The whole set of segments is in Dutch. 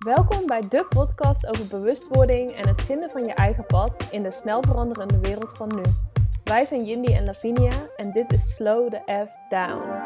Welkom bij de podcast over bewustwording en het vinden van je eigen pad in de snel veranderende wereld van nu. Wij zijn Jindy en Lavinia en dit is Slow the F Down.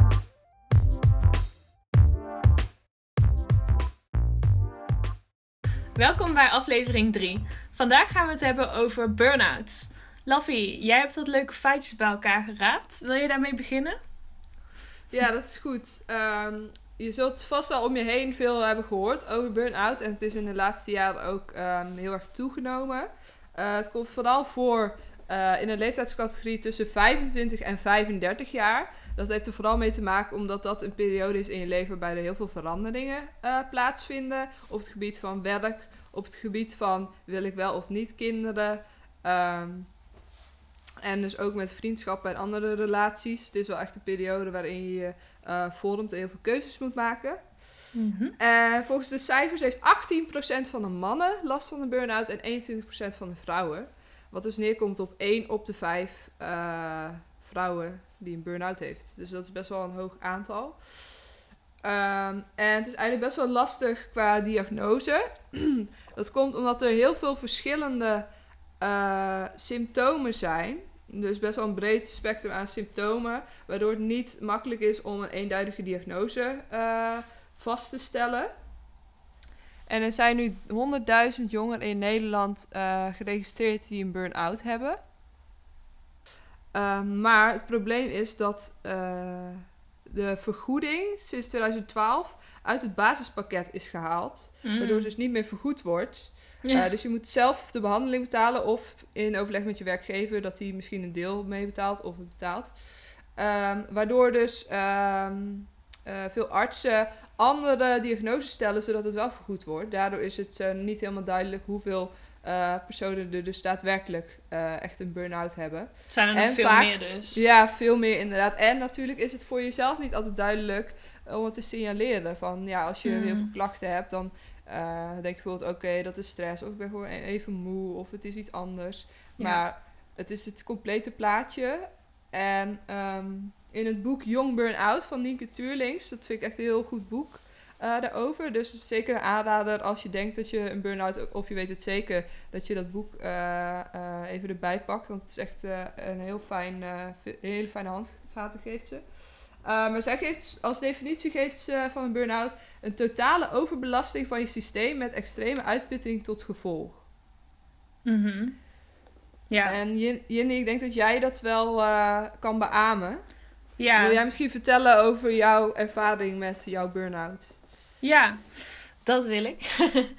Welkom bij aflevering 3. Vandaag gaan we het hebben over burn-outs. Lavie, jij hebt wat leuke feitjes bij elkaar geraapt. Wil je daarmee beginnen? Ja, dat is goed. Je zult vast al om je heen veel hebben gehoord over burn-out. En het is in de laatste jaren ook heel erg toegenomen. Het komt vooral voor in een leeftijdscategorie tussen 25 en 35 jaar. Dat heeft er vooral mee te maken omdat dat een periode is in je leven waarbij er heel veel veranderingen plaatsvinden. Op het gebied van werk, op het gebied van wil ik wel of niet kinderen. En dus ook met vriendschappen en andere relaties. Het is wel echt een periode waarin je vormt en heel veel keuzes moet maken. Mm-hmm. Volgens de cijfers heeft 18% van de mannen last van een burn-out en 21% van de vrouwen. Wat dus neerkomt op 1 op de 5 vrouwen die een burn-out heeft. Dus dat is best wel een hoog aantal. En het is eigenlijk best wel lastig qua diagnose. Dat komt omdat er heel veel verschillende symptomen zijn. Dus best wel een breed spectrum aan symptomen. Waardoor het niet makkelijk is om een eenduidige diagnose vast te stellen. En er zijn nu 100.000 jongeren in Nederland geregistreerd die een burn-out hebben. Maar het probleem is dat de vergoeding sinds 2012 uit het basispakket is gehaald. Waardoor het dus niet meer vergoed wordt. Ja. Dus je moet zelf de behandeling betalen of in overleg met je werkgever dat hij misschien een deel mee betaalt of het betaalt. Waardoor dus veel artsen andere diagnoses stellen zodat het wel vergoed wordt. Daardoor is het niet helemaal duidelijk hoeveel personen er dus daadwerkelijk echt een burn-out hebben. Het zijn er nog En veel vaak, meer dus. Ja, veel meer inderdaad. En natuurlijk is het voor jezelf niet altijd duidelijk om het te signaleren. Van ja, als je heel veel klachten hebt, dan denk je bijvoorbeeld, oké, dat is stress. Of ik ben gewoon even moe. Of het is iets anders. Ja. Maar het is het complete plaatje. En in het boek Jong Burn-out van Nienke Tuurlings. Dat vind ik echt een heel goed boek daarover. Dus het is zeker een aanrader als je denkt dat je een burn-out... Of je weet het zeker, dat je dat boek even erbij pakt. Want het is echt een hele fijne handvaten geeft ze. Maar zij geeft als definitie van een burn-out een totale overbelasting van je systeem met extreme uitputting tot gevolg. Mm-hmm. Ja. En Jindy, ik denk dat jij dat wel kan beamen. Ja. Wil jij misschien vertellen over jouw ervaring met jouw burn-out? Ja, dat wil ik.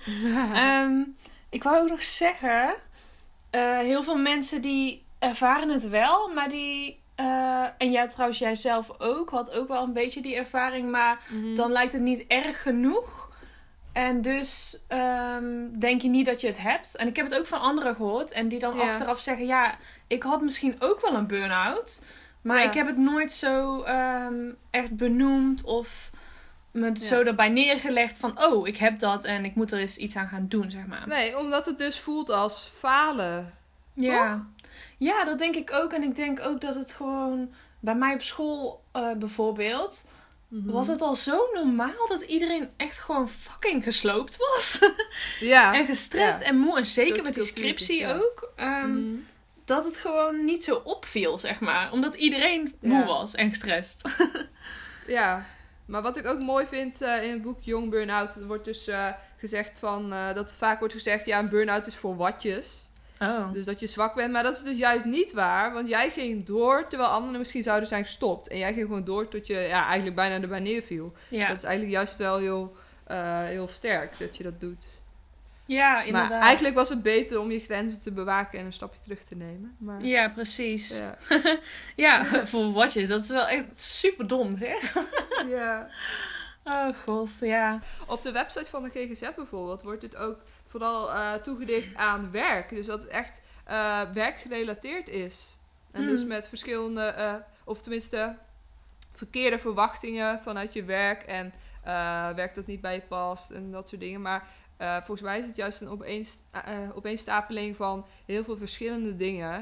Ik wou ook nog zeggen, heel veel mensen die ervaren het wel, maar die... en ja, trouwens, jij zelf ook. Had ook wel een beetje die ervaring. Maar dan lijkt het niet erg genoeg. En dus denk je niet dat je het hebt. En ik heb het ook van anderen gehoord. En die dan achteraf zeggen... Ja, ik had misschien ook wel een burn-out. Maar ik heb het nooit zo echt benoemd. Of me zo erbij neergelegd van... Oh, ik heb dat en ik moet er eens iets aan gaan doen, zeg maar. Nee, omdat het dus voelt als falen. Ja. Toch? Ja, dat denk ik ook. En ik denk ook dat het gewoon... Bij mij op school bijvoorbeeld... Was het al zo normaal dat iedereen echt gewoon fucking gesloopt was? Ja. En gestrest en moe. En zeker Zo met die cultuurtje, scriptie ook. Dat het gewoon niet zo opviel, zeg maar. Omdat iedereen moe was en gestrest. Ja. Maar wat ik ook mooi vind in het boek Jong Burn-out... Er wordt dus gezegd van... dat het vaak wordt gezegd... Ja, een burn-out is voor watjes. Oh. Dus dat je zwak bent. Maar dat is dus juist niet waar. Want jij ging door terwijl anderen misschien zouden zijn gestopt. En jij ging gewoon door tot je eigenlijk bijna erbij neerviel. Ja. Dus dat is eigenlijk juist wel heel sterk dat je dat doet. Ja, inderdaad. Maar eigenlijk was het beter om je grenzen te bewaken en een stapje terug te nemen. Maar, Ja, precies. Ja. Ja, voor watjes. Dat is wel echt super dom, zeg. Ja. Oh god, ja. Op de website van de GGZ bijvoorbeeld wordt dit ook vooral toegedicht aan werk. Dus dat het echt werkgerelateerd is. En dus met verschillende, of tenminste verkeerde verwachtingen vanuit je werk. En werk dat niet bij je past en dat soort dingen. Maar volgens mij is het juist een opeenstapeling van heel veel verschillende dingen.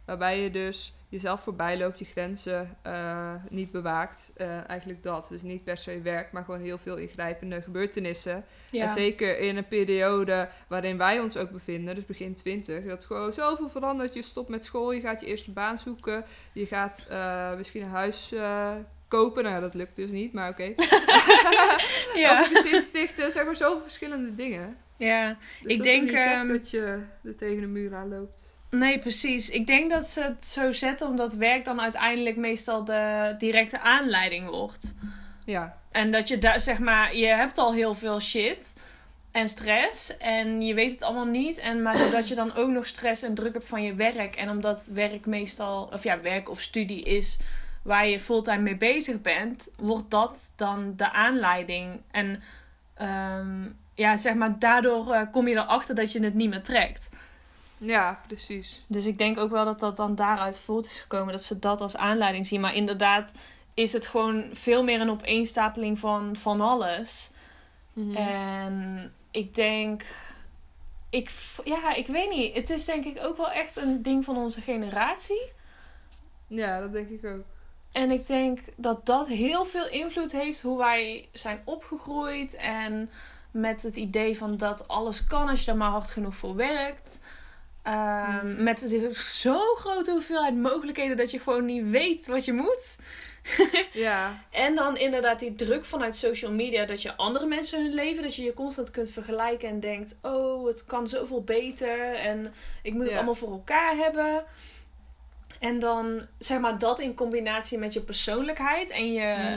Waarbij je dus jezelf voorbij loopt, je grenzen niet bewaakt. Eigenlijk dat. Dus niet per se werk, maar gewoon heel veel ingrijpende gebeurtenissen. Ja. En zeker in een periode waarin wij ons ook bevinden, dus begin 20, dat gewoon zoveel verandert. Je stopt met school, je gaat je eerste baan zoeken. Je gaat misschien een huis kopen. Nou, dat lukt dus niet, maar oké. Ja. Of een gezin stichten, zeg maar zoveel verschillende dingen. Ja, Dus ik dat denk... is niet gek dat je er tegen de muur aan loopt. Nee, precies. Ik denk dat ze het zo zetten omdat werk dan uiteindelijk meestal de directe aanleiding wordt. Ja. En dat je daar, zeg maar, je hebt al heel veel shit en stress en je weet het allemaal niet. Maar doordat je dan ook nog stress en druk hebt van je werk en omdat werk meestal, of ja, werk of studie is waar je fulltime mee bezig bent, wordt dat dan de aanleiding. En ja, zeg maar, daardoor kom je erachter dat je het niet meer trekt. Ja, precies. Dus ik denk ook wel dat dat dan daaruit voort is gekomen. Dat ze dat als aanleiding zien. Maar inderdaad is het gewoon veel meer een opeenstapeling van alles. Mm-hmm. En ik denk... Ik weet niet. Het is denk ik ook wel echt een ding van onze generatie. Ja, dat denk ik ook. En ik denk dat dat heel veel invloed heeft hoe wij zijn opgegroeid. En met het idee van dat alles kan als je er maar hard genoeg voor werkt. Met zo'n grote hoeveelheid mogelijkheden dat je gewoon niet weet wat je moet. Ja. En dan inderdaad die druk vanuit social media dat je andere mensen hun leven, dat je je constant kunt vergelijken en denkt, oh, het kan zoveel beter en ik moet het allemaal voor elkaar hebben. En dan zeg maar dat in combinatie met je persoonlijkheid en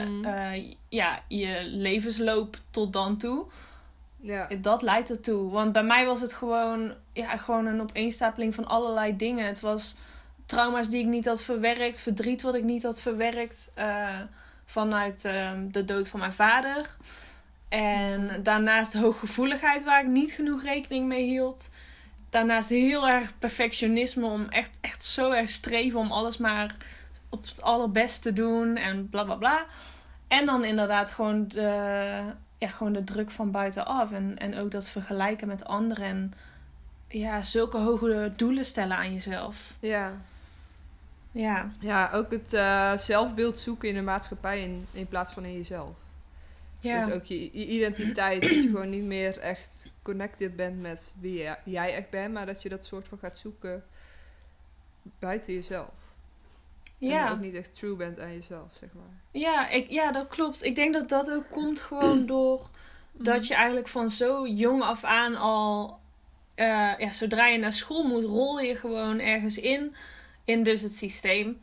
je levensloop tot dan toe. Ja. Dat leidt ertoe. Want bij mij was het gewoon een opeenstapeling van allerlei dingen. Het was trauma's die ik niet had verwerkt. Verdriet wat ik niet had verwerkt. Vanuit de dood van mijn vader. En daarnaast hooggevoeligheid waar ik niet genoeg rekening mee hield. Daarnaast heel erg perfectionisme. Om echt zo erg streven om alles maar op het allerbeste te doen. En bla bla bla. En dan inderdaad gewoon de druk van buitenaf. En ook dat vergelijken met anderen. En ja, zulke hoge doelen stellen aan jezelf. Ja. Ja. Ja, ook het zelfbeeld zoeken in de maatschappij in plaats van in jezelf. Ja. Dus ook je identiteit. Dat je gewoon niet meer echt connected bent met wie jij echt bent. Maar dat je dat soort van gaat zoeken buiten jezelf. Ja. En ook niet echt true bent aan jezelf, zeg maar. Ja, dat klopt. Ik denk dat dat ook komt gewoon door dat je eigenlijk van zo jong af aan al... zodra je naar school moet, rol je gewoon ergens in dus het systeem.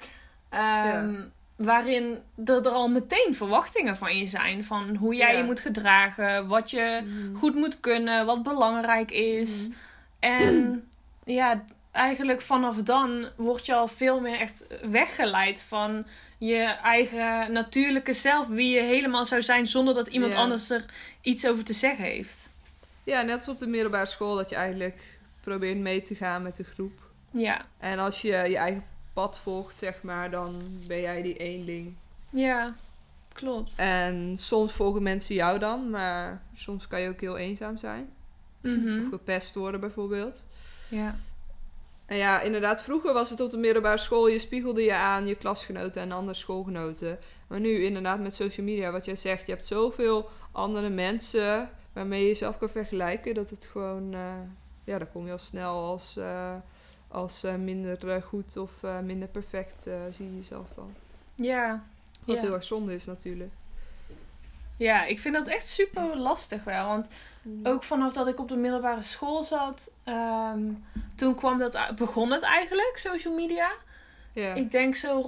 Waarin er al meteen verwachtingen van je zijn. Van hoe jij je moet gedragen. Wat je goed moet kunnen. Wat belangrijk is. En ja, eigenlijk vanaf dan word je al veel meer echt weggeleid van je eigen natuurlijke zelf. Wie je helemaal zou zijn zonder dat iemand anders er iets over te zeggen heeft. Ja, net als op de middelbare school. Dat je eigenlijk probeert mee te gaan met de groep. Ja. En als je je eigen pad volgt, zeg maar, dan ben jij die eenling. Ja, klopt. En soms volgen mensen jou dan, maar soms kan je ook heel eenzaam zijn. Mm-hmm. Of gepest worden bijvoorbeeld. Ja. En ja, inderdaad, vroeger was het op de middelbare school, je spiegelde je aan je klasgenoten en andere schoolgenoten. Maar nu inderdaad met social media, wat jij zegt, je hebt zoveel andere mensen waarmee je jezelf kan vergelijken, dat het gewoon, dan kom je al snel als minder goed of minder perfect zie je jezelf dan. Ja. Wat heel erg zonde is natuurlijk. Ja, ik vind dat echt super lastig wel. Want ook vanaf dat ik op de middelbare school zat, toen begon het eigenlijk, social media. Ja. Ik denk zo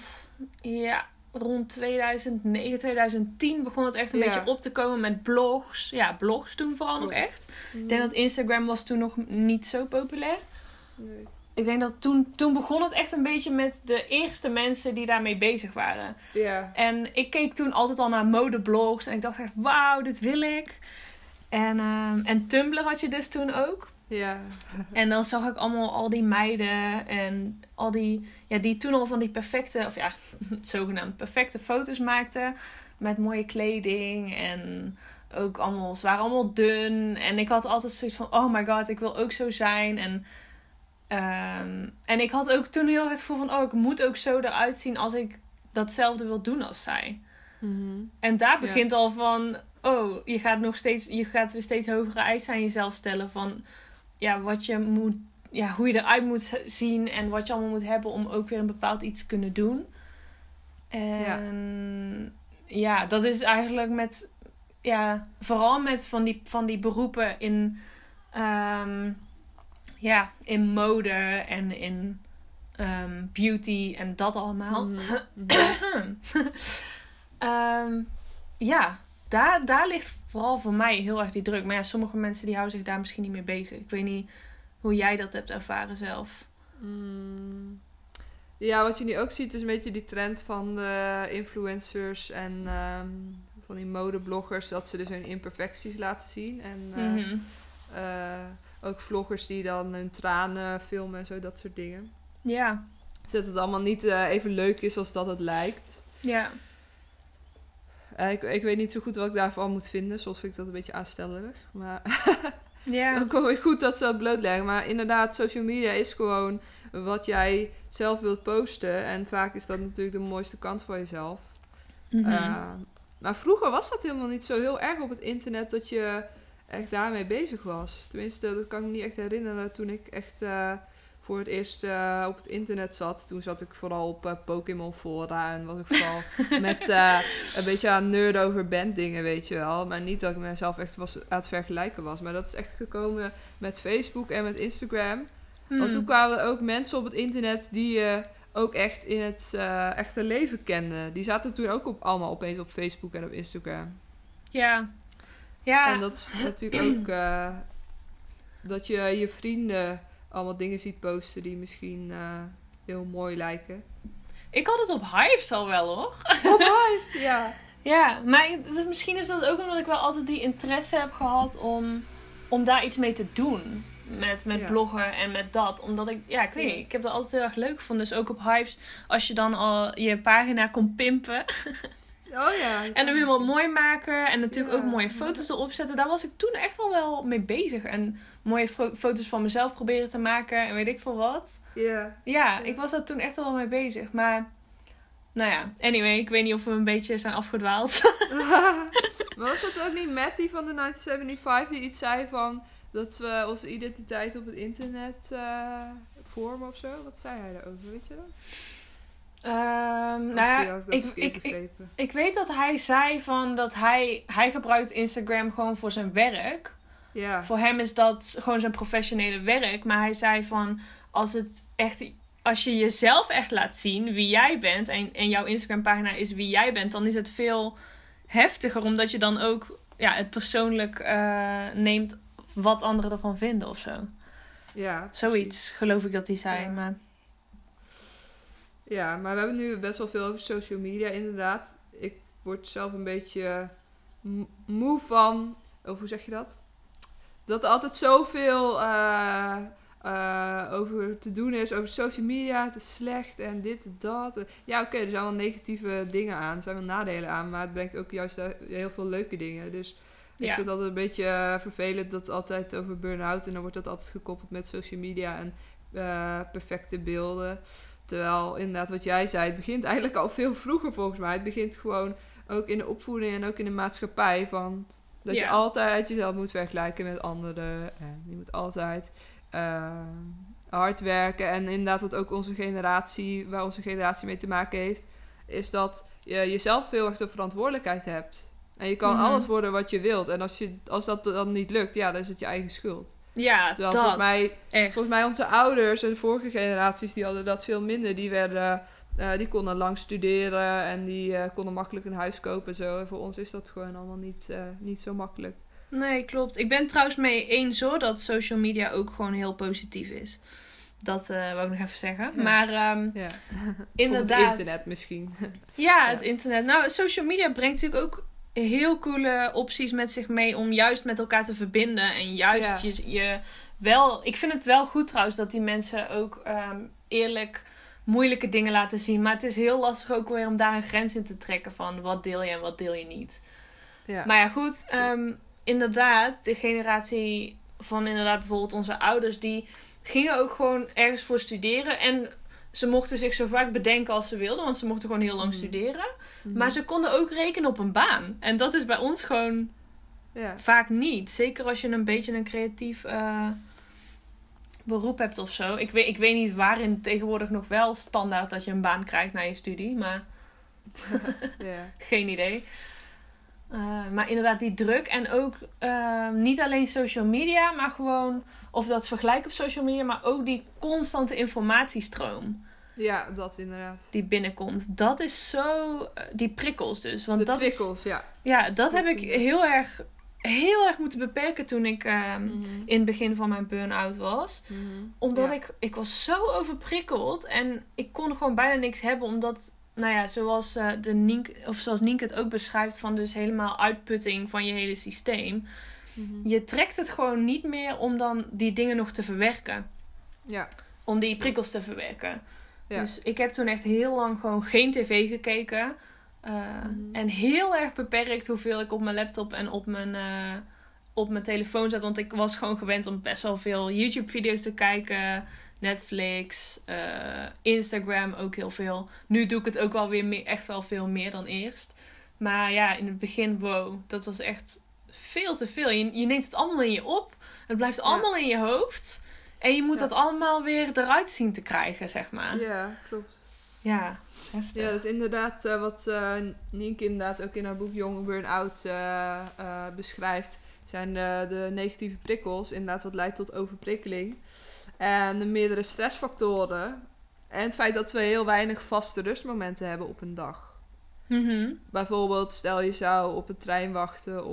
rond 2009, 2010 begon het echt een beetje op te komen met blogs. Ja, blogs toen vooral nog echt. Ik denk dat Instagram was toen nog niet zo populair. Nee. Ik denk dat toen begon het echt een beetje met de eerste mensen die daarmee bezig waren. Ja. En ik keek toen altijd al naar modeblogs. En ik dacht echt, wauw, dit wil ik. En Tumblr had je dus toen ook. Ja. En dan zag ik allemaal al die meiden en al die toen al van die perfecte, of ja, zogenaamd perfecte foto's maakten. Met mooie kleding en ook ze waren allemaal dun. En ik had altijd zoiets van, oh my god, ik wil ook zo zijn. En En ik had ook toen heel erg het gevoel van... ik moet ook zo eruit zien als ik datzelfde wil doen als zij. Mm-hmm. En daar begint al van... je gaat weer steeds hogere eisen aan jezelf stellen. Van wat je moet... hoe je eruit moet zien. En wat je allemaal moet hebben om ook weer een bepaald iets te kunnen doen. En dat is eigenlijk met... vooral met van die beroepen in... in mode en in beauty en dat allemaal. Mm-hmm. Daar ligt vooral voor mij heel erg die druk. Maar sommige mensen die houden zich daar misschien niet mee bezig. Ik weet niet hoe jij dat hebt ervaren zelf. Ja, wat je nu ook ziet is een beetje die trend van de influencers en van die modebloggers. Dat ze dus hun imperfecties laten zien. En ook vloggers die dan hun tranen filmen en zo, dat soort dingen. Ja. Zodat het allemaal niet even leuk is als dat het lijkt. Ja. Ik weet niet zo goed wat ik daarvan moet vinden. Soms vind ik dat een beetje aanstellerig. Maar ja. ook wel weer goed dat ze dat blootleggen. Maar inderdaad, social media is gewoon wat jij zelf wilt posten. En vaak is dat natuurlijk de mooiste kant van jezelf. Mm-hmm. Maar vroeger was dat helemaal niet zo heel erg op het internet dat je echt daarmee bezig was. Tenminste, dat kan ik me niet echt herinneren toen ik echt voor het eerst op het internet zat. Toen zat ik vooral op Pokémon fora en was ik vooral met een beetje aan nerd over banddingen, weet je wel. Maar niet dat ik mezelf echt aan het vergelijken was. Maar dat is echt gekomen met Facebook en met Instagram. Want toen kwamen er ook mensen op het internet die je ook echt in het echte leven kenden. Die zaten toen ook allemaal opeens op Facebook en op Instagram. Ja. En dat is natuurlijk ook dat je je vrienden allemaal dingen ziet posten die misschien heel mooi lijken. Ik had het op Hives al wel, hoor. Op Hives, ja. Ja, maar misschien is dat ook omdat ik wel altijd die interesse heb gehad om daar iets mee te doen. Met bloggen en met dat. Omdat ik weet niet, ik heb dat altijd heel erg leuk gevonden. Dus ook op Hives, als je dan al je pagina kon pimpen. Oh ja. En hem helemaal mooi maken. En natuurlijk ook mooie foto's erop zetten. Daar was ik toen echt al wel mee bezig. En mooie foto's van mezelf proberen te maken. En weet ik veel wat. Ja, ik was daar toen echt al wel mee bezig. Maar, anyway. Ik weet niet of we een beetje zijn afgedwaald. Maar was dat ook niet Matty van de 1975 die iets zei van... dat we onze identiteit op het internet vormen of zo? Wat zei hij daarover, weet je dat? Ik weet dat hij zei van dat hij gebruikt Instagram gewoon voor zijn werk. Ja. Voor hem is dat gewoon zijn professionele werk. Maar hij zei van als je jezelf echt laat zien wie jij bent en jouw Instagram pagina is wie jij bent, dan is het veel heftiger omdat je dan ook het persoonlijk neemt wat anderen ervan vinden of zo. Ja. Zoiets geloof ik dat hij zei. Ja. Maar... Ja, maar we hebben nu best wel veel over social media, inderdaad. Ik word zelf een beetje moe van... Of hoe zeg je dat? Dat er altijd zoveel over te doen is. Over social media, het is slecht en dit en dat. Ja, oké, er zijn wel negatieve dingen aan. Er zijn wel nadelen aan. Maar het brengt ook juist heel veel leuke dingen. Dus ik vind het altijd een beetje vervelend dat het altijd over burn-out... En dan wordt dat altijd gekoppeld met social media en perfecte beelden... Terwijl inderdaad wat jij zei, het begint eigenlijk al veel vroeger volgens mij. Het begint gewoon ook in de opvoeding en ook in de maatschappij van... Dat je altijd jezelf moet vergelijken met anderen. En je moet altijd hard werken. En inderdaad wat ook waar onze generatie mee te maken heeft... is dat je jezelf veel echt de verantwoordelijkheid hebt. En je kan alles worden wat je wilt. En als dat dan niet lukt, dan is het je eigen schuld. Ja, terwijl volgens mij onze ouders en de vorige generaties, die hadden dat veel minder. Die konden lang studeren en die konden makkelijk een huis kopen en zo. En voor ons is dat gewoon allemaal niet zo makkelijk. Nee, klopt. Ik ben het trouwens mee eens hoor, dat social media ook gewoon heel positief is. Dat wou ik nog even zeggen. Ja. Maar inderdaad... Of het internet misschien. Ja, het internet. Nou, social media brengt natuurlijk ook heel coole opties met zich mee om juist met elkaar te verbinden. En juist je wel... Ik vind het wel goed trouwens dat die mensen ook eerlijk moeilijke dingen laten zien. Maar het is heel lastig ook weer om daar een grens in te trekken van wat deel je en wat deel je niet. Ja. Maar ja, goed. Inderdaad, de generatie van inderdaad bijvoorbeeld onze ouders, die gingen ook gewoon ergens voor studeren. En ze mochten zich zo vaak bedenken als ze wilden, want ze mochten gewoon heel lang studeren. Maar ze konden ook rekenen op een baan. En dat is bij ons gewoon vaak niet. Zeker als je een beetje een creatief beroep hebt of zo. Ik weet niet waarin tegenwoordig nog wel standaard dat je een baan krijgt na je studie, maar geen idee. Maar inderdaad die druk en ook niet alleen social media, maar gewoon, of dat vergelijk op social media, maar ook die constante informatiestroom. Ja, dat inderdaad. Die binnenkomt. Dat is zo, die prikkels dus. Want de prikkels, ja. Ja, dat heb ik heel erg moeten beperken toen ik in het begin van mijn burn-out was. Omdat ik was zo overprikkeld en ik kon gewoon bijna niks hebben, omdat, nou ja, zoals zoals Nienke het ook beschrijft, van dus helemaal uitputting van je hele systeem. Je trekt het gewoon niet meer om dan die dingen nog te verwerken. Ja. Om die prikkels te verwerken. Ja. Dus ik heb toen echt heel lang gewoon geen tv gekeken. En heel erg beperkt hoeveel ik op mijn laptop en op mijn telefoon zat. Want ik was gewoon gewend om best wel veel YouTube-video's te kijken. Netflix, Instagram ook heel veel. Nu doe ik het ook wel weer echt wel veel meer dan eerst. Maar ja, in het begin, dat was echt veel te veel. Je neemt het allemaal in je op. Het blijft allemaal in je hoofd. En je moet dat allemaal weer eruit zien te krijgen, zeg maar. Ja, klopt. Ja, heftig. Ja, dat is inderdaad wat Nienke inderdaad ook in haar boek Jonge Burn-out beschrijft. Zijn de negatieve prikkels, inderdaad wat leidt tot overprikkeling. En de meerdere stressfactoren. En het feit dat we heel weinig vaste rustmomenten hebben op een dag. Bijvoorbeeld, stel je zou op een trein wachten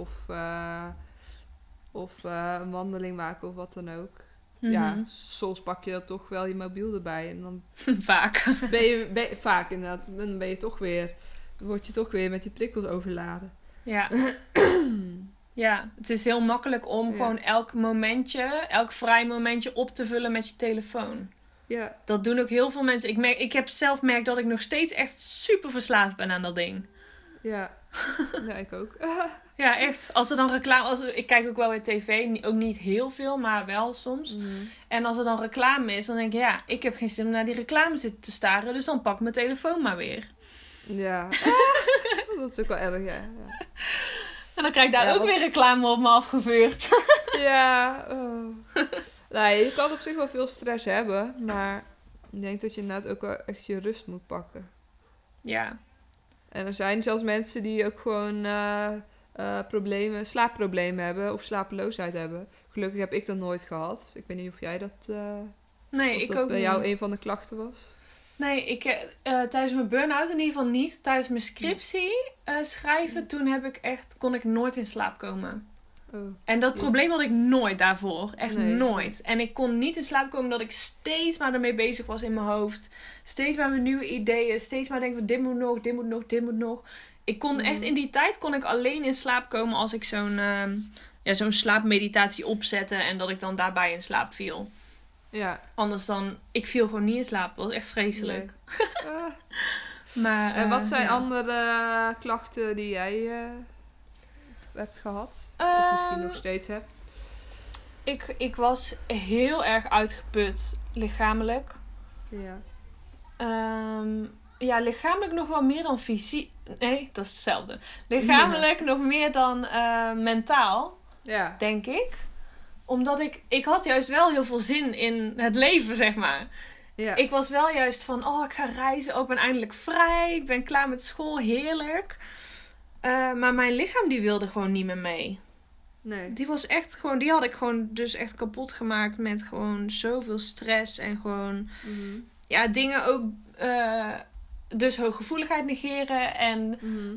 of een wandeling maken of wat dan ook. Ja, soms pak je toch wel je mobiel erbij. En dan vaak. Vaak inderdaad. Dan word je toch weer met die prikkels overladen. Ja. Ja, het is heel makkelijk om gewoon elk vrij momentje op te vullen met je telefoon. Ja. Dat doen ook heel veel mensen. Ik heb zelf gemerkt dat ik nog steeds echt super verslaafd ben aan dat ding. Ja, ja, ik ook. Ja, echt. Als er dan reclame... ik kijk ook wel weer tv. Ook niet heel veel, maar wel soms. En als er dan reclame is, dan denk ik... ik heb geen zin om naar die reclame te staren. Dus dan pak ik mijn telefoon maar weer. Ja. Dat is ook wel erg, ja. En dan krijg ik daar ook weer reclame op me afgevuurd. Ja. Nou, je kan op zich wel veel stress hebben. Maar ik denk dat je inderdaad ook wel echt je rust moet pakken. Ja. En er zijn zelfs mensen die ook gewoon slaapproblemen hebben of slapeloosheid hebben. Gelukkig heb ik dat nooit gehad. Ik weet niet of jij dat... nee, of ik dat ook bij niet. jou een van de klachten was? Nee, tijdens mijn burn-out in ieder geval niet. Tijdens mijn scriptie schrijven, toen kon ik nooit in slaap komen. Oh, en dat probleem had ik nooit daarvoor. Echt nooit. En ik kon niet in slaap komen omdat ik steeds maar ermee bezig was in mijn hoofd. Steeds maar met nieuwe ideeën. Steeds maar denken van dit moet nog, dit moet nog, dit moet nog. Ik kon echt in die tijd alleen in slaap komen als ik zo'n slaapmeditatie opzette en dat ik dan daarbij in slaap viel. Ja. Anders dan... Ik viel gewoon niet in slaap. Dat was echt vreselijk. Nee. Maar, en wat zijn andere klachten die jij hebt gehad? Of misschien nog steeds hebt? Ik was heel erg uitgeput. Lichamelijk. Ja. Ja, lichamelijk nog wel meer dan fysiek. Nee, dat is hetzelfde. Lichamelijk nog meer dan mentaal. Ja. Denk ik. Omdat ik had juist wel heel veel zin in het leven, zeg maar. Ja. Ik was wel juist van, ik ga reizen. Ik ben eindelijk vrij. Ik ben klaar met school. Heerlijk. Maar mijn lichaam die wilde gewoon niet meer mee. Nee. Die was echt gewoon... Die had ik gewoon dus echt kapot gemaakt met gewoon zoveel stress. En gewoon... Ja, dingen ook... dus hooggevoeligheid negeren. En...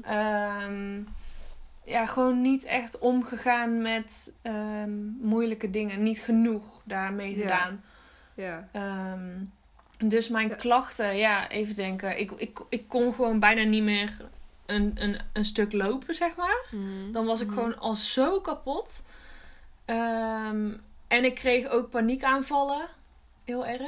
ja, gewoon niet echt omgegaan met moeilijke dingen. Niet genoeg daarmee gedaan. Ja. Dus mijn klachten, even denken. Ik kon gewoon bijna niet meer een stuk lopen, zeg maar. Dan was ik gewoon al zo kapot. En ik kreeg ook paniekaanvallen. Heel erg.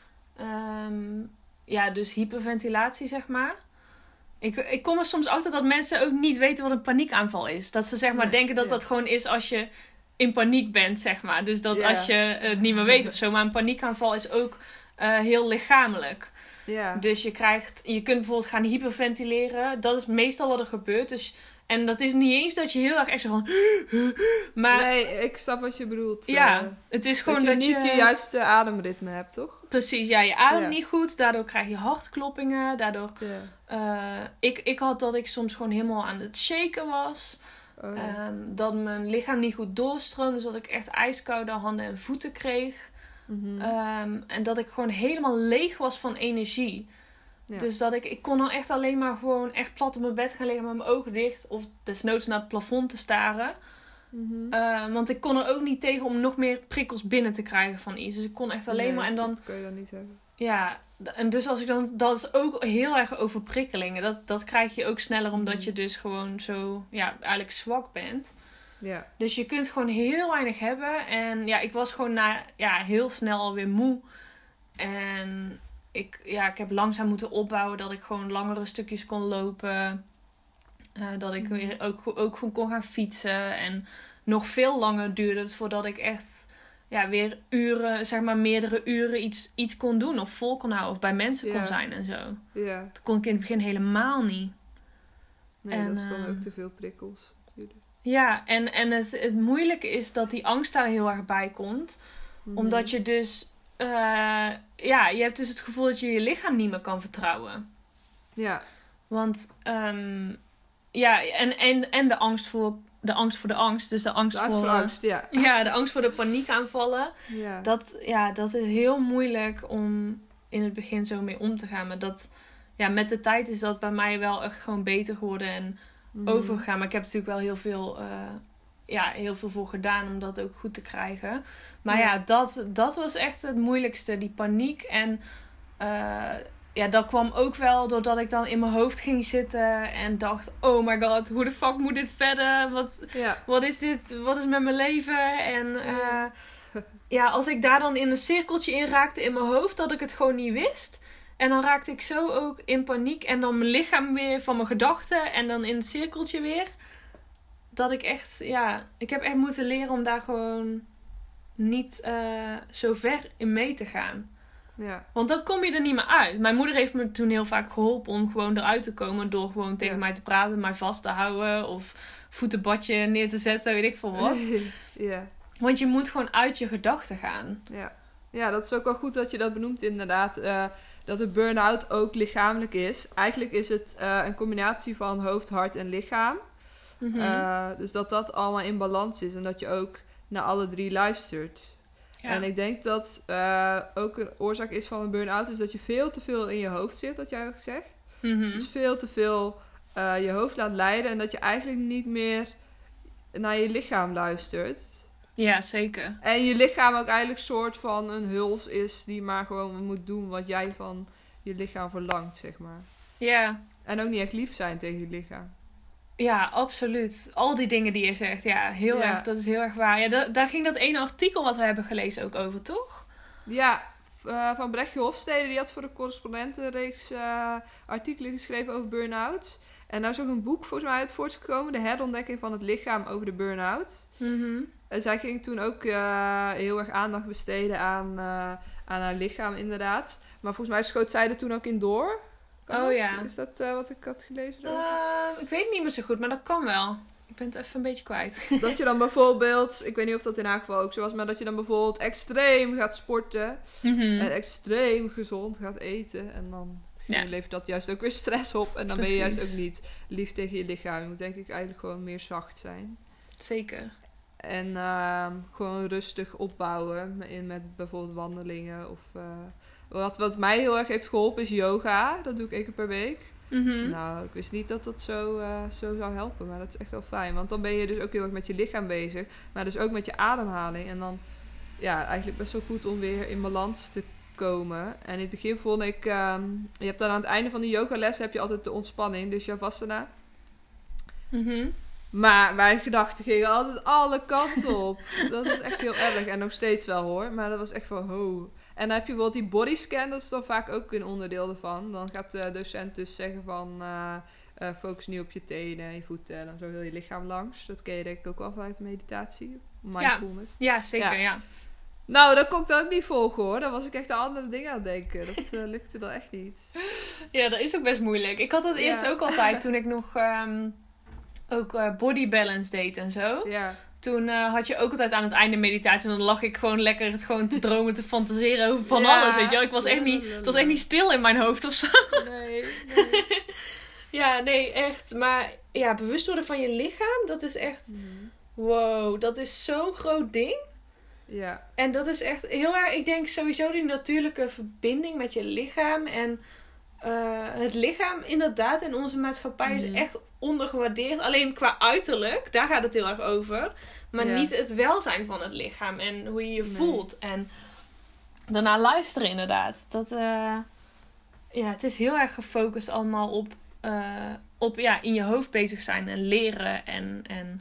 Ja, dus hyperventilatie, zeg maar. Ik kom er soms achter dat mensen ook niet weten wat een paniekaanval is. Dat ze zeg maar denken dat dat gewoon is als je in paniek bent, zeg maar. Dus dat Ja. als je het niet meer weet of zo. Maar een paniekaanval is ook heel lichamelijk. Ja. Dus je kunt bijvoorbeeld gaan hyperventileren. Dat is meestal wat er gebeurt. Dus, en dat is niet eens dat je heel erg echt zo van... Maar Nee, ik snap wat je bedoelt. ja, het is gewoon dat je niet je juiste ademritme hebt, toch? Precies, ja, je ademt Ja. niet goed. Daardoor krijg je hartkloppingen. Daardoor... Ja. Ik had dat ik soms gewoon helemaal aan het shaken was. Oh, ja. Dat mijn lichaam niet goed doorstroomde. Dus dat ik echt ijskoude handen en voeten kreeg. Mhm. En dat ik gewoon helemaal leeg was van energie. Ja. Dus dat ik kon dan echt alleen maar gewoon echt plat op mijn bed gaan liggen met mijn ogen dicht. Of desnoods naar het plafond te staren. Mhm. Want ik kon er ook niet tegen om nog meer prikkels binnen te krijgen van iets. Dus ik kon echt alleen Nee, maar... En dan, dat kun je dan niet hebben. ja, en dus als ik dan... Dat is ook heel erg overprikkelingen. Dat krijg je ook sneller omdat je dus gewoon zo... Ja, eigenlijk zwak bent. Ja. Dus je kunt gewoon heel weinig hebben. En ja, ik was gewoon heel snel alweer moe. En ik heb langzaam moeten opbouwen dat ik gewoon langere stukjes kon lopen. Dat ik weer ook gewoon kon gaan fietsen. En nog veel langer duurde het voordat ik echt weer uren, zeg maar meerdere uren iets kon doen. Of vol kon houden. Of bij mensen kon zijn en zo. Ja. Dat kon ik in het begin helemaal niet. Nee, En, dat is dan ook te veel prikkels, natuurlijk. Ja, en het moeilijke is dat die angst daar heel erg bij komt. Mhm. Omdat je dus... je hebt dus het gevoel dat je je lichaam niet meer kan vertrouwen. Ja. Want... en de angst voor de angst. Dus de angst De angst voor angst, ja. Ja, de angst voor de paniekaanvallen. Ja. Dat is heel moeilijk om in het begin zo mee om te gaan. Maar met de tijd is dat bij mij wel echt gewoon beter geworden en overgegaan. Maar ik heb natuurlijk wel heel veel voor gedaan om dat ook goed te krijgen. Maar dat was echt het moeilijkste. Die paniek. En dat kwam ook wel doordat ik dan in mijn hoofd ging zitten en dacht... Oh my god, hoe de fuck moet dit verder? Wat is dit? Wat is met mijn leven? En als ik daar dan in een cirkeltje in raakte in mijn hoofd, dat ik het gewoon niet wist... En dan raakte ik zo ook in paniek. En dan mijn lichaam weer van mijn gedachten. En dan in het cirkeltje weer. Dat ik echt... ik heb echt moeten leren om daar gewoon niet zo ver in mee te gaan. Ja. Want dan kom je er niet meer uit. Mijn moeder heeft me toen heel vaak geholpen om gewoon eruit te komen. Door gewoon tegen mij te praten, mij vast te houden. Of voetenbadje neer te zetten, weet ik veel wat. Ja. Want je moet gewoon uit je gedachten gaan. Ja. Ja, dat is ook wel goed dat je dat benoemt inderdaad. Dat de burn-out ook lichamelijk is. Eigenlijk is het een combinatie van hoofd, hart en lichaam. Mhm. Dus dat allemaal in balans is. En dat je ook naar alle drie luistert. Ja. En ik denk dat ook een oorzaak is van een burn-out... is dat je veel te veel in je hoofd zit, wat jij ook zegt. Mhm. Dus veel te veel je hoofd laat leiden... en dat je eigenlijk niet meer naar je lichaam luistert. Ja, zeker. En je lichaam ook eigenlijk soort van een huls is... die maar gewoon moet doen wat jij van je lichaam verlangt, zeg maar. Ja. En ook niet echt lief zijn tegen je lichaam. Ja, absoluut. Al die dingen die je zegt, heel erg, dat is heel erg waar. Ja, daar ging dat ene artikel wat we hebben gelezen ook over, toch? Ja, van Brechtje Hofstede, die had voor de correspondentenreeks artikelen geschreven over burn-outs. En daar is ook een boek volgens mij uit voortgekomen, De herontdekking van het lichaam over de burn-out. Mm-hmm. En zij ging toen ook heel erg aandacht besteden aan haar lichaam inderdaad. Maar volgens mij schoot zij er toen ook in door. Ja. Is dat wat ik had gelezen? Ik weet het niet meer zo goed, maar dat kan wel. Ik ben het even een beetje kwijt. Dat je dan bijvoorbeeld, ik weet niet of dat in haar geval ook zo was, maar dat je dan bijvoorbeeld extreem gaat sporten. Mm-hmm. En extreem gezond gaat eten. En dan levert dat juist ook weer stress op. En dan ben je juist ook niet lief tegen je lichaam. Je moet denk ik eigenlijk gewoon meer zacht zijn. Zeker. En gewoon rustig opbouwen. Met bijvoorbeeld wandelingen. Of, wat mij heel erg heeft geholpen is yoga. Dat doe ik 1 keer per week. Mm-hmm. Nou, ik wist niet dat dat zo zou helpen. Maar dat is echt wel fijn. Want dan ben je dus ook heel erg met je lichaam bezig. Maar dus ook met je ademhaling. En dan eigenlijk best wel goed om weer in balans te komen. En in het begin vond ik... je hebt dan aan het einde van de yogales heb je altijd de ontspanning. Dus Shavasana. Mm-hmm. Maar mijn gedachten gingen altijd alle kanten op. Dat was echt heel erg. En nog steeds wel hoor. Maar dat was echt van ho. En dan heb je bijvoorbeeld die bodyscan. Dat is dan vaak ook een onderdeel ervan. Dan gaat de docent dus zeggen van... focus nu op je tenen en je voeten. En dan zo heel je lichaam langs. Dat ken je denk ik ook wel vanuit de meditatie. mindfulness. Ja, zeker, ja. Nou, dat kon ik dan ook niet volgen hoor. Dan was ik echt aan andere dingen aan het denken. Dat lukte dan echt niet. Ja, dat is ook best moeilijk. Ik had dat eerst ook altijd toen ik nog body balance deed en zo. Ja. Toen had je ook altijd aan het einde meditatie. En dan lag ik gewoon lekker het gewoon te dromen, te fantaseren over van alles. Weet je wel. Ik was echt niet, het was echt niet stil in mijn hoofd of zo. Nee. Ja, nee, echt. Maar ja, bewust worden van je lichaam, dat is echt... Wow, dat is zo'n groot ding. Ja. En dat is echt heel erg... Ik denk sowieso die natuurlijke verbinding met je lichaam. En het lichaam inderdaad in onze maatschappij is echt ondergewaardeerd. Alleen qua uiterlijk, daar gaat het heel erg over. Maar niet het welzijn van het lichaam. En hoe je je voelt. En daarna luisteren inderdaad. Dat, het is heel erg gefocust allemaal op in je hoofd bezig zijn. En leren en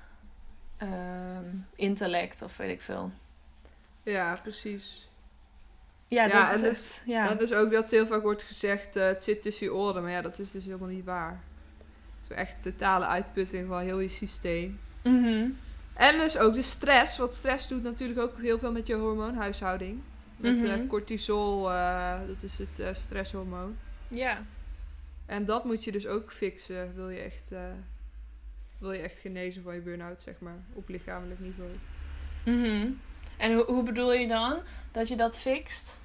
intellect of weet ik veel. Ja, precies. Ja, dat is en dus, echt... Ja. En dus ook dat heel vaak wordt gezegd, het zit tussen je oren. Maar ja, dat is dus helemaal niet waar. Het is echt totale uitputting van heel je systeem. Mm-hmm. En dus ook de stress. Want stress doet natuurlijk ook heel veel met je hormoonhuishouding. Met cortisol, dat is het stresshormoon. Ja. En dat moet je dus ook fixen. Wil je echt genezen van je burn-out, zeg maar. Op lichamelijk niveau. Mm-hmm. En hoe bedoel je dan dat je dat fixt?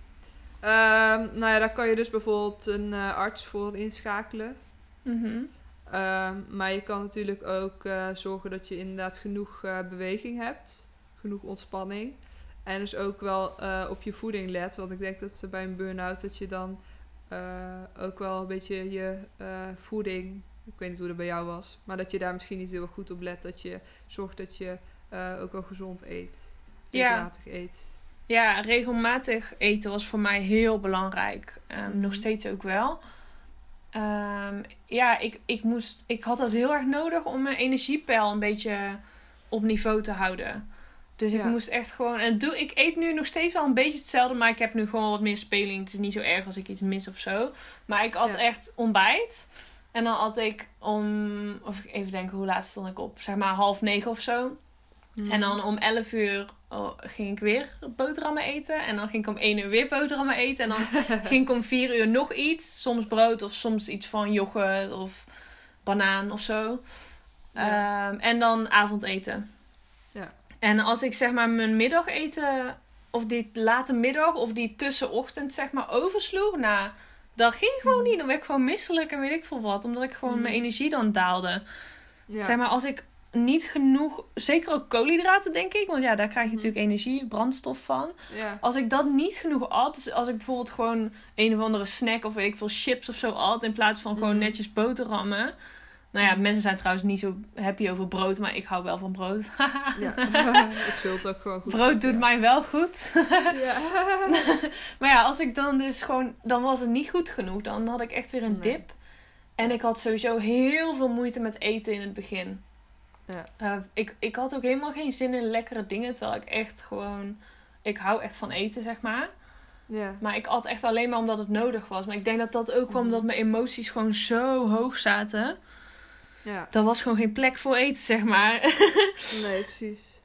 Daar kan je dus bijvoorbeeld een arts voor inschakelen. Mm-hmm. Maar je kan natuurlijk ook zorgen dat je inderdaad genoeg beweging hebt. Genoeg ontspanning. En dus ook wel op je voeding let. Want ik denk dat bij een burn-out dat je dan ook wel een beetje je voeding... Ik weet niet hoe dat bij jou was. Maar dat je daar misschien niet heel goed op let. Dat je zorgt dat je ook wel gezond eet. Regelmatig eet. Ja, regelmatig eten was voor mij heel belangrijk. Nog steeds ook wel. Ik had dat heel erg nodig om mijn energiepeil een beetje op niveau te houden. Dus ik moest echt gewoon... Ik eet nu nog steeds wel een beetje hetzelfde, maar ik heb nu gewoon wat meer speling. Het is niet zo erg als ik iets mis of zo. Maar ik at echt ontbijt. En dan at ik even denken, hoe laat stond ik op? Zeg maar 8:30 of zo. En dan om 11:00 ging ik weer boterhammen eten. En dan ging ik om 1:00 weer boterhammen eten. En dan ging ik om 4:00 nog iets. Soms brood of soms iets van yoghurt of banaan of zo. Ja. En dan avondeten. Ja. En als ik zeg maar mijn middageten... Of die late middag of die tussenochtend zeg maar oversloeg... Nou, dat ging gewoon niet. Dan werd ik gewoon misselijk en weet ik veel wat. Omdat ik gewoon mijn energie dan daalde. Ja. Zeg maar als ik niet genoeg... Zeker ook koolhydraten denk ik. Want ja, daar krijg je natuurlijk energie, brandstof van. Ja. Als ik dat niet genoeg at... Dus als ik bijvoorbeeld gewoon een of andere snack... Of weet ik veel, chips of zo at... In plaats van gewoon netjes boterhammen... Nou ja, mensen zijn trouwens niet zo happy over brood, maar ik hou wel van brood. Ja, het vult ook gewoon goed. Brood doet mij wel goed. Ja. Maar ja, als ik dan dus gewoon... Dan was het niet goed genoeg. Dan had ik echt weer een dip. En ik had sowieso heel veel moeite met eten in het begin. Ja. Ik had ook helemaal geen zin in lekkere dingen. Terwijl ik echt gewoon... Ik hou echt van eten, zeg maar. Ja. Maar ik at echt alleen maar omdat het nodig was. Maar ik denk dat dat ook kwam omdat mijn emoties gewoon zo hoog zaten... Ja. Er was gewoon geen plek voor eten, zeg maar. Nee, precies.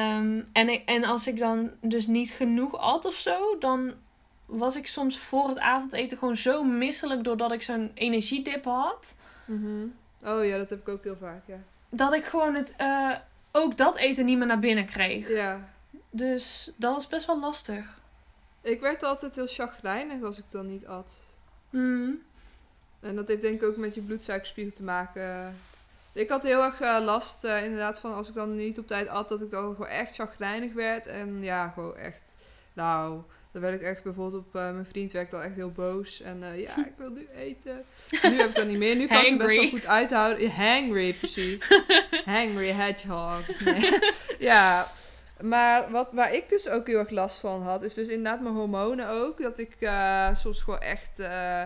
En als ik dan dus niet genoeg at of zo... dan was ik soms voor het avondeten gewoon zo misselijk... doordat ik zo'n energiedip had. Mm-hmm. Oh ja, dat heb ik ook heel vaak, ja. Dat ik gewoon ook dat eten niet meer naar binnen kreeg. Ja. Dus dat was best wel lastig. Ik werd altijd heel chagrijnig als ik dan niet at. Mm. En dat heeft denk ik ook met je bloedsuikerspiegel te maken. Ik had heel erg last inderdaad van als ik dan niet op tijd at, dat ik dan gewoon echt chagrijnig werd. En ja, gewoon echt, nou, dan werd ik echt bijvoorbeeld op mijn vriend werd ik dan echt heel boos. En ja, ik wil nu eten. Nu heb ik dat niet meer. Nu kan ik het best wel goed uithouden. Ja, hangry, precies. Hangry hedgehog. Nee. Ja, maar waar ik dus ook heel erg last van had, is dus inderdaad mijn hormonen ook. Dat ik soms gewoon echt...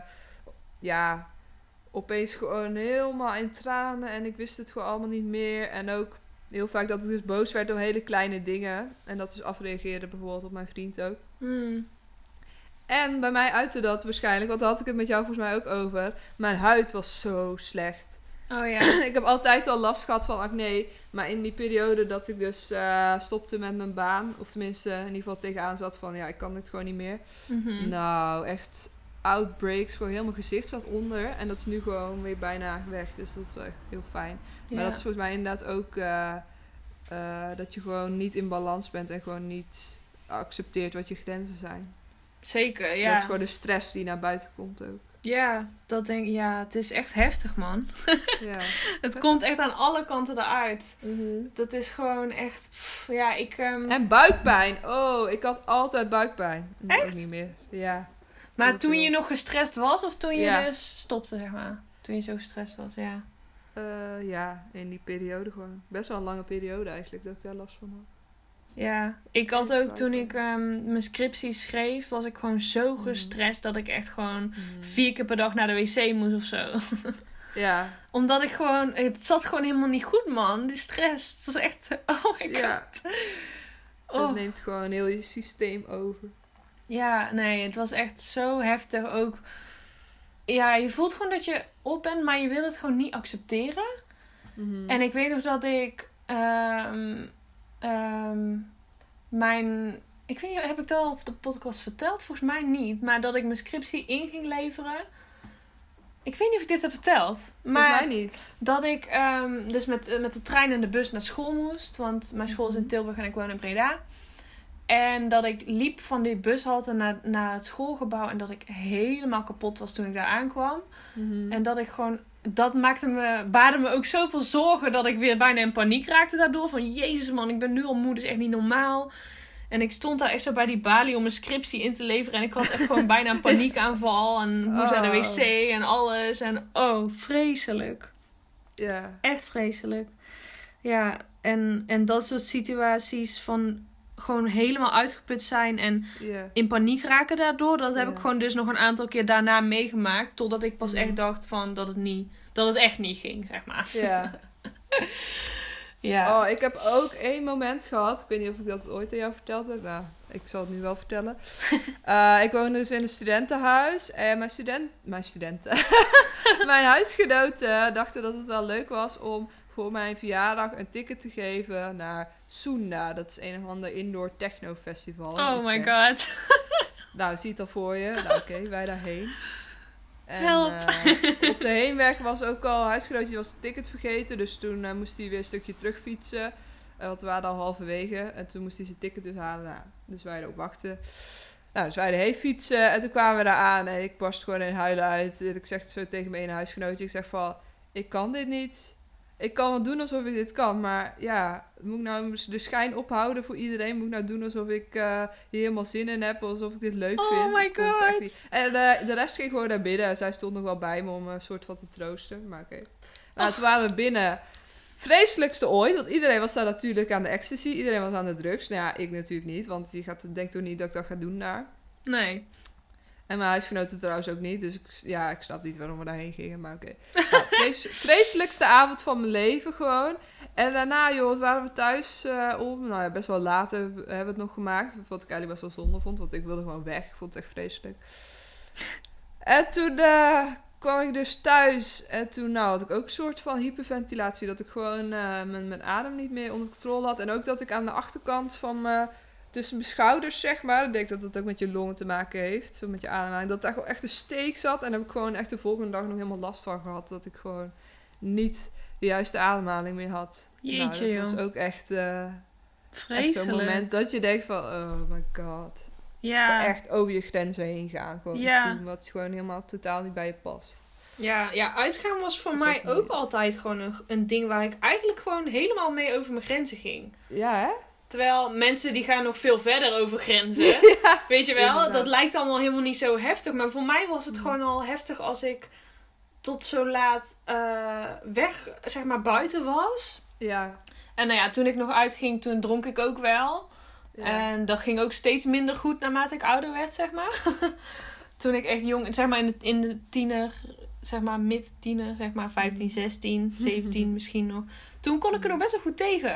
opeens gewoon helemaal in tranen en ik wist het gewoon allemaal niet meer. En ook heel vaak dat ik dus boos werd door hele kleine dingen. En dat dus afreageerde bijvoorbeeld op mijn vriend ook. Mm. En bij mij uitte dat waarschijnlijk, want daar had ik het met jou volgens mij ook over. Mijn huid was zo slecht. Oh ja. Ik heb altijd al last gehad van acne. Maar in die periode dat ik dus stopte met mijn baan. Of tenminste in ieder geval tegenaan zat van ja, ik kan dit gewoon niet meer. Mhm. Nou, echt outbreaks. Gewoon heel mijn gezicht zat onder. En dat is nu gewoon weer bijna weg. Dus dat is wel echt heel fijn. Ja. Maar dat is volgens mij inderdaad ook dat je gewoon niet in balans bent. En gewoon niet accepteert wat je grenzen zijn. Zeker, ja. Dat is gewoon de stress die naar buiten komt ook. Ja, dat denk ik. Ja, het is echt heftig, man. Ja. Het komt echt aan alle kanten eruit. Mhm. Dat is gewoon echt... ja, ik... En buikpijn. Oh, ik had altijd buikpijn. Nu Echt? ook niet meer. Ja. Maar heel toen veel. je nog gestrest was of toen je Ja. dus stopte, zeg maar? Toen je zo gestrest was, ja. Ja, in die periode gewoon. Best wel een lange periode eigenlijk dat ik daar last van had. Ja, ik had ook toen ik mijn scriptie schreef, was ik gewoon zo Mhm. gestrest dat ik echt gewoon 4 keer per dag naar de wc moest of zo. Ja. Omdat ik gewoon, het zat gewoon helemaal niet goed, man. Die stress, het was echt, oh my god. Ja. Oh. Het neemt gewoon heel je systeem over. Ja, nee, het was echt zo heftig ook. Ja, je voelt gewoon dat je op bent, maar je wil het gewoon niet accepteren. Mhm. En ik weet nog dat ik mijn... Ik weet niet, heb ik dat al op de podcast verteld? Volgens mij niet. Maar dat ik mijn scriptie in ging leveren. Ik weet niet of ik dit heb verteld. Maar Volgens mij niet. dat ik dus met de trein en de bus naar school moest. Want mijn school is in Tilburg en ik woon in Breda. En dat ik liep van die bushalte naar het schoolgebouw. En dat ik helemaal kapot was toen ik daar aankwam. Mhm. En dat ik gewoon... Dat baarde me ook zoveel zorgen dat ik weer bijna in paniek raakte daardoor. Van jezus man, ik ben nu al moe, dat is echt niet normaal. En ik stond daar echt zo bij die balie om een scriptie in te leveren. En ik had echt gewoon bijna een paniekaanval. En moest naar de wc en alles. En oh, vreselijk. Ja. Echt vreselijk. Ja, en dat soort situaties van gewoon helemaal uitgeput zijn en Ja. in paniek raken daardoor. Dat heb Ja. ik gewoon dus nog een aantal keer daarna meegemaakt. Totdat ik pas Mhm. echt dacht van dat het echt niet ging, zeg maar. Ja. Ja. Oh, ik heb ook één moment gehad. Ik weet niet of ik dat ooit aan jou verteld heb. Nou, ik zal het nu wel vertellen. Ik woonde dus in een studentenhuis. En mijn studenten... mijn huisgenoten dachten dat het wel leuk was om voor mijn verjaardag een ticket te geven naar Sunda. Dat is een of ander indoor techno festival. in Oh my Utrecht. god. Nou, zie het al voor je. Nou, oké, wij daarheen. En, Help. op de heenweg was ook al, huisgenootje was het ticket vergeten. Dus toen moest hij weer een stukje terugfietsen. Want we waren al halverwege. En toen moest hij zijn ticket dus halen. Nou, dus wij erop wachten. Nou, dus wij erheen fietsen. En toen kwamen we daar aan. En ik barst gewoon in huilen uit. En ik zeg zo tegen mijn ene huisgenootje. Ik zeg van, ik kan dit niet. Ik kan wel doen alsof ik dit kan. Maar ja, moet ik nou de schijn ophouden voor iedereen? Moet ik nou doen alsof ik hier helemaal zin in heb? Alsof ik dit leuk vind? Oh my Ik kon het echt god. niet. En de rest ging gewoon naar binnen. En zij stond nog wel bij me om een soort van te troosten. Maar oké. Nou, toen waren we binnen. Vreselijkste ooit. Want iedereen was daar natuurlijk aan de ecstasy. Iedereen was aan de drugs. Nou ja, ik natuurlijk niet. Want die denkt toch niet dat ik dat ga doen daar. Nee. En mijn huisgenoten trouwens ook niet. Dus ik snap niet waarom we daarheen gingen. Maar oké. Nou, vreselijkste avond van mijn leven gewoon. En daarna, joh, waren we thuis om. Nou ja, best wel laat hebben we het nog gemaakt. Wat ik eigenlijk best wel zonde vond. Want ik wilde gewoon weg. Ik vond het echt vreselijk. En toen kwam ik dus thuis. En toen had ik ook een soort van hyperventilatie. Dat ik gewoon mijn adem niet meer onder controle had. En ook dat ik aan de achterkant van tussen mijn schouders, zeg maar. Ik denk dat dat ook met je longen te maken heeft. Zo met je ademhaling. Dat daar gewoon echt een steek zat. En daar heb ik gewoon echt de volgende dag nog helemaal last van gehad. Dat ik gewoon niet de juiste ademhaling meer had. Jeetje, nou, dat joh. was ook echt, echt Vreselijk. zo'n moment dat je denkt van, oh my god. Ja. Echt over je grenzen heen gaan. Gewoon Ja. iets doen wat gewoon helemaal totaal niet bij je past. Ja, uitgaan was voor Dat is mij ook ook niet. altijd gewoon een ding waar ik eigenlijk gewoon helemaal mee over mijn grenzen ging. Ja, hè? Terwijl mensen die gaan nog veel verder over grenzen. Ja. Weet je wel, Inderdaad. dat lijkt allemaal helemaal niet zo heftig. Maar voor mij was het gewoon al heftig als ik tot zo laat weg, zeg maar, buiten was. Ja. En nou ja, toen ik nog uitging, toen dronk ik ook wel. Ja. En dat ging ook steeds minder goed naarmate ik ouder werd, zeg maar. Toen ik echt jong, zeg maar in de tiener, zeg maar mid-tiener, zeg maar 15, 16, 17 misschien nog. Toen kon ik er nog best wel goed tegen.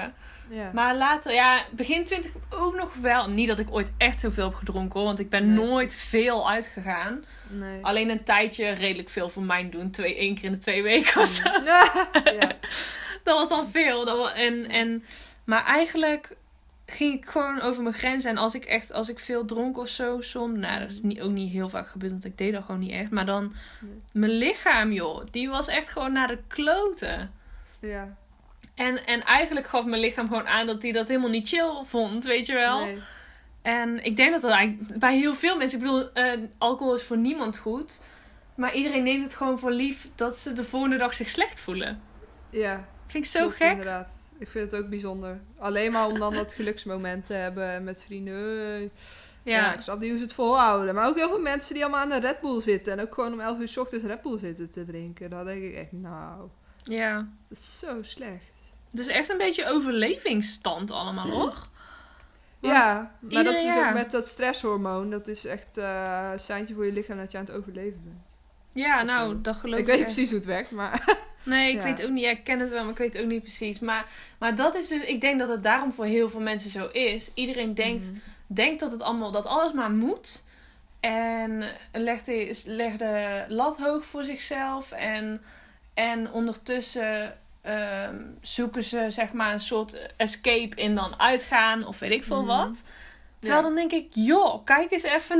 Ja. Maar later, begin 20 ook nog wel. Niet dat ik ooit echt zoveel heb gedronken hoor. Want ik ben nooit veel uitgegaan. Nee. Alleen een tijdje redelijk veel voor mijn doen. 1 keer in de 2 weken of zo. Ja. Dat was dan veel. Maar eigenlijk ging ik gewoon over mijn grens. En als ik veel dronk of zo soms. Nou, dat is ook niet heel vaak gebeurd. Want ik deed dat gewoon niet echt. Maar dan mijn lichaam, joh. Die was echt gewoon naar de kloten. Ja. En eigenlijk gaf mijn lichaam gewoon aan dat hij dat helemaal niet chill vond. Weet je wel. Nee. En ik denk dat eigenlijk bij heel veel mensen... Ik bedoel, alcohol is voor niemand goed. Maar iedereen neemt het gewoon voor lief dat ze de volgende dag zich slecht voelen. Ja. Vind ik zo Klopt, gek. Inderdaad. Ik vind het ook bijzonder. Alleen maar om dan dat geluksmoment te hebben met vrienden. Ja, ik snap niet hoe ze het volhouden. Maar ook heel veel mensen die allemaal aan de Red Bull zitten. En ook gewoon om 11 uur 's ochtends Red Bull zitten te drinken. Dan denk ik echt, nou... Ja. Dat is zo slecht. Het is echt een beetje overlevingsstand allemaal, hoor. Ja, maar dat is dus ja. ook met dat stresshormoon. Dat is echt een seintje voor je lichaam dat je aan het overleven bent. Ja, nou, dat geloof ik. Ik weet niet precies hoe het werkt, maar... Nee, ik weet ook niet. Ja, ik ken het wel, maar ik weet ook niet precies. Maar dat is dus... Ik denk dat het daarom voor heel veel mensen zo is. Iedereen denkt dat dat alles maar moet. En legt de lat hoog voor zichzelf. En ondertussen zoeken ze zeg maar een soort escape in dan uitgaan. Of weet ik veel wat. Terwijl dan denk ik, joh, kijk eens even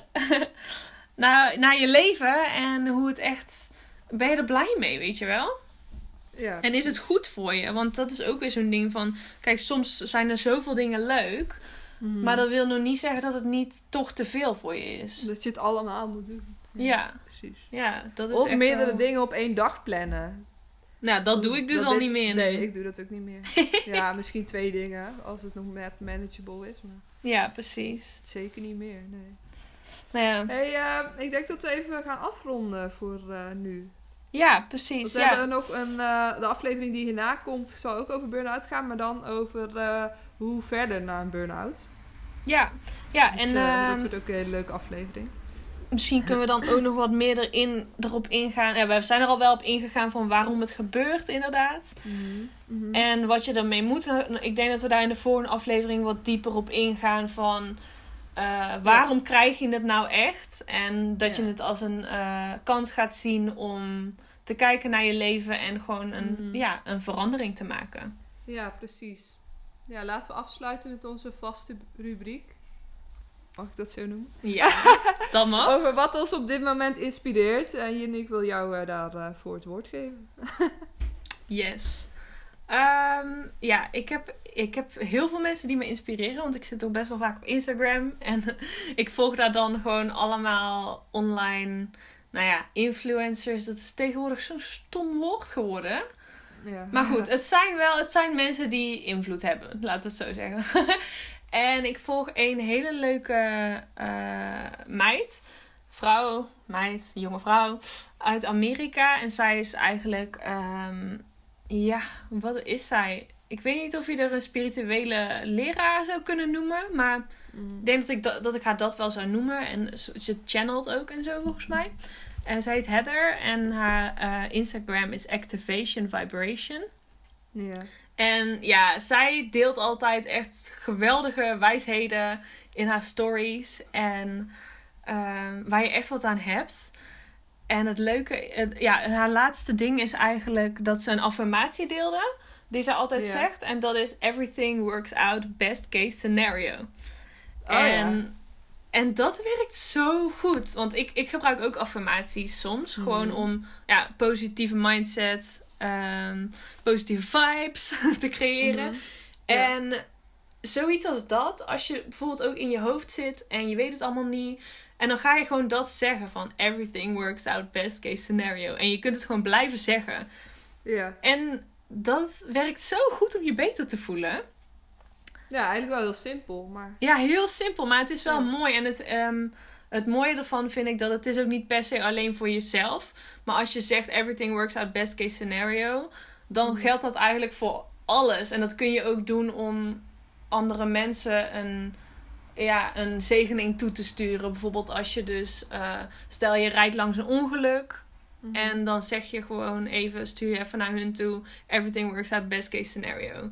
naar je leven. En hoe het echt... Ben je er blij mee, weet je wel? Ja. En is het goed voor je? Want dat is ook weer zo'n ding van... Kijk, soms zijn er zoveel dingen leuk. Maar dat wil nog niet zeggen dat het niet toch te veel voor je is. Dat je het allemaal moet doen. Ja. Precies. Ja, dat is Of echt meerdere wel... dingen op 1 dag plannen. Nou, dat doe ik dus al niet meer. Nee, ik doe dat ook niet meer. Ja, misschien 2 dingen. Als het nog manageable is. Maar Ja, precies. zeker niet meer, nee. Nou ja. Hey, ik denk dat we even gaan afronden voor nu. Ja, precies. Want we hebben nog de aflevering die hierna komt, zal ook over burn-out gaan, maar dan over hoe verder na een burn-out. Ja, Dus, en dat wordt ook een hele leuke aflevering. misschien kunnen we dan ook nog wat meer erop ingaan. Ja, we zijn er al wel op ingegaan van waarom het gebeurt, inderdaad. En wat je ermee moet. Ik denk dat we daar in de volgende aflevering wat dieper op ingaan van... waarom krijg je het nou echt? En dat je het als een kans gaat zien om te kijken naar je leven en gewoon een verandering te maken. Ja, precies. Ja, laten we afsluiten met onze vaste rubriek. Mag ik dat zo noemen? Ja, dat mag. Over wat ons op dit moment inspireert. En Jinne, ik wil jou daarvoor het woord geven. Yes. Ik heb heel veel mensen die me inspireren. Want ik zit ook best wel vaak op Instagram. En ik volg daar dan gewoon allemaal online... influencers. Dat is tegenwoordig zo'n stom woord geworden. Ja. Maar goed, het zijn mensen die invloed hebben. Laten we het zo zeggen. En ik volg een hele leuke jonge vrouw uit Amerika. En zij is eigenlijk... wat is zij? Ik weet niet of je er een spirituele leraar zou kunnen noemen. Maar ik denk dat ik haar dat wel zou noemen. En ze channelt ook en zo volgens mij. En zij heet Heather. En haar Instagram is Activation Vibration. Ja. En ja, zij deelt altijd echt geweldige wijsheden in haar stories. En waar je echt wat aan hebt. En het leuke, haar laatste ding is eigenlijk dat ze een affirmatie deelde. Die zij altijd zegt. En dat is: everything works out, best case scenario. En dat werkt zo goed. Want ik gebruik ook affirmaties soms. Gewoon om positieve mindset, positieve vibes te creëren. En zoiets als dat, als je bijvoorbeeld ook in je hoofd zit en je weet het allemaal niet. En dan ga je gewoon dat zeggen van everything works out, best case scenario. En je kunt het gewoon blijven zeggen. Ja. En dat werkt zo goed om je beter te voelen. Ja, eigenlijk wel heel simpel. Maar... Ja, heel simpel, maar het is wel mooi. En het mooie ervan vind ik dat het is ook niet per se alleen voor jezelf. Maar als je zegt everything works out, best case scenario, dan geldt dat eigenlijk voor alles. En dat kun je ook doen om andere mensen een zegening toe te sturen. Bijvoorbeeld als je dus, stel je rijdt langs een ongeluk. En dan zeg je gewoon stuur je even naar hun toe, everything works out, best case scenario.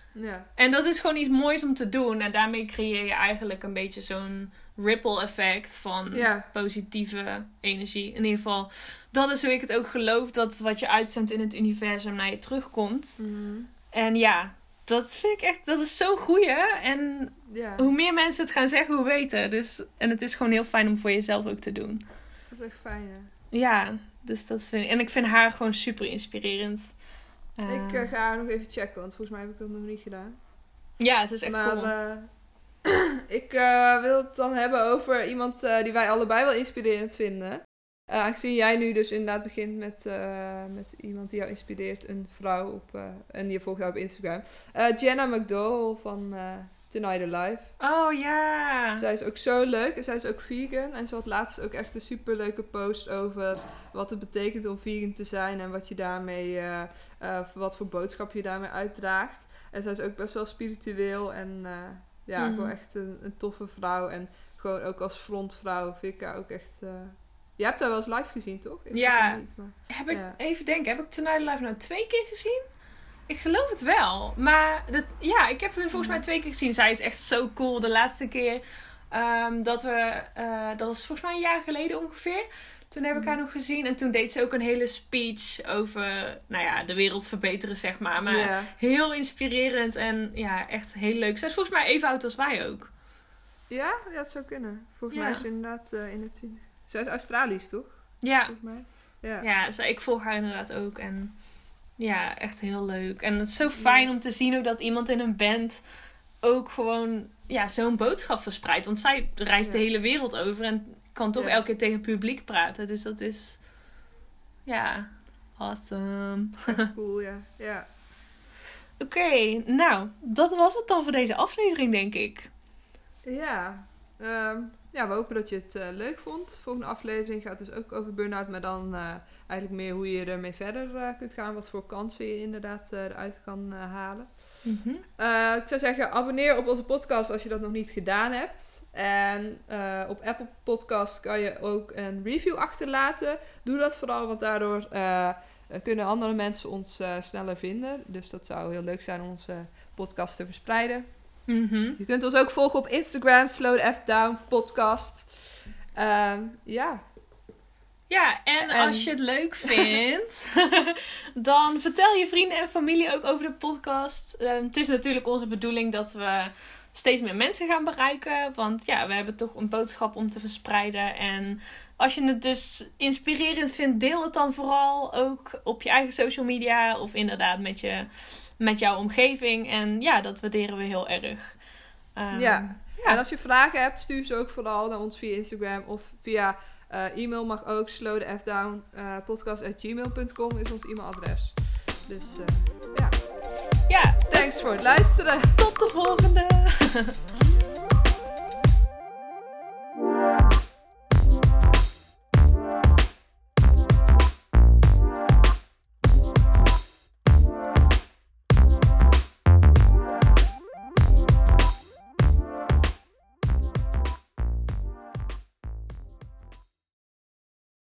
Ja. En dat is gewoon iets moois om te doen. En daarmee creëer je eigenlijk een beetje zo'n ripple effect van positieve energie. In ieder geval, dat is hoe ik het ook geloof. Dat wat je uitzendt in het universum naar je terugkomt. Mm. En ja, dat vind ik echt, dat is zo goeie. En hoe meer mensen het gaan zeggen, hoe beter. Dus, en het is gewoon heel fijn om voor jezelf ook te doen. Dat is echt fijn, ja. Ja, dus dat vind ik. En ik vind haar gewoon super inspirerend. Ik ga haar nog even checken, want volgens mij heb ik dat nog niet gedaan. Ja, ze is echt cool. Ik wil het dan hebben over iemand die wij allebei wel inspirerend vinden. Aangezien jij nu dus inderdaad begint met iemand die jou inspireert, een vrouw en je volgt haar op Instagram. Jenna McDowell van Tonight Alive. Oh ja! Zij is ook zo leuk en zij is ook vegan. En ze had laatst ook echt een superleuke post over wat het betekent om vegan te zijn en wat je daarmee, wat voor boodschap je daarmee uitdraagt. En zij is ook best wel spiritueel en gewoon echt een toffe vrouw. En gewoon ook als frontvrouw vind ik haar ook echt... Je hebt haar wel eens live gezien, toch? Ik niet, maar... Even denken, heb ik Tonight Alive nou 2 keer gezien? Ik geloof het wel. Maar ik heb hem volgens mij 2 keer gezien. Zij is echt zo cool. De laatste keer dat was volgens mij een jaar geleden ongeveer. Toen heb ik haar nog gezien. En toen deed ze ook een hele speech over, de wereld verbeteren, zeg maar. Maar heel inspirerend en echt heel leuk. Zij is volgens mij even oud als wij ook. Ja, dat zou kunnen. Volgens mij is ze inderdaad in de 20. Zij is Australisch, toch? Ja. Volgens mij. Ik volg haar inderdaad ook. En ja, echt heel leuk. En het is zo fijn om te zien ook dat iemand in een band ook gewoon zo'n boodschap verspreidt. Want zij reist de hele wereld over en kan toch elke keer tegen het publiek praten. Dus dat is awesome. Echt cool, ja. Oké, nou, dat was het dan voor deze aflevering, denk ik. Ja, we hopen dat je het leuk vond. De volgende aflevering gaat dus ook over burn-out, maar dan eigenlijk meer hoe je ermee verder kunt gaan. Wat voor kansen je inderdaad eruit kan halen. Mm-hmm. Ik zou zeggen, abonneer op onze podcast als je dat nog niet gedaan hebt. En op Apple Podcast kan je ook een review achterlaten. Doe dat vooral, want daardoor kunnen andere mensen ons sneller vinden. Dus dat zou heel leuk zijn om onze podcast te verspreiden. Mm-hmm. Je kunt ons ook volgen op Instagram, Slow the F Down podcast. Ja, en als je het leuk vindt, dan vertel je vrienden en familie ook over de podcast. Het is natuurlijk onze bedoeling dat we steeds meer mensen gaan bereiken. Want we hebben toch een boodschap om te verspreiden. En als je het dus inspirerend vindt, deel het dan vooral ook op je eigen social media. Of inderdaad met jouw omgeving. En dat waarderen we heel erg. En als je vragen hebt, stuur ze ook vooral naar ons via Instagram of via e-mail mag ook. slowthefdown podcast@gmail.com is ons e-mailadres. Dus thanks voor het luisteren. Tot de volgende!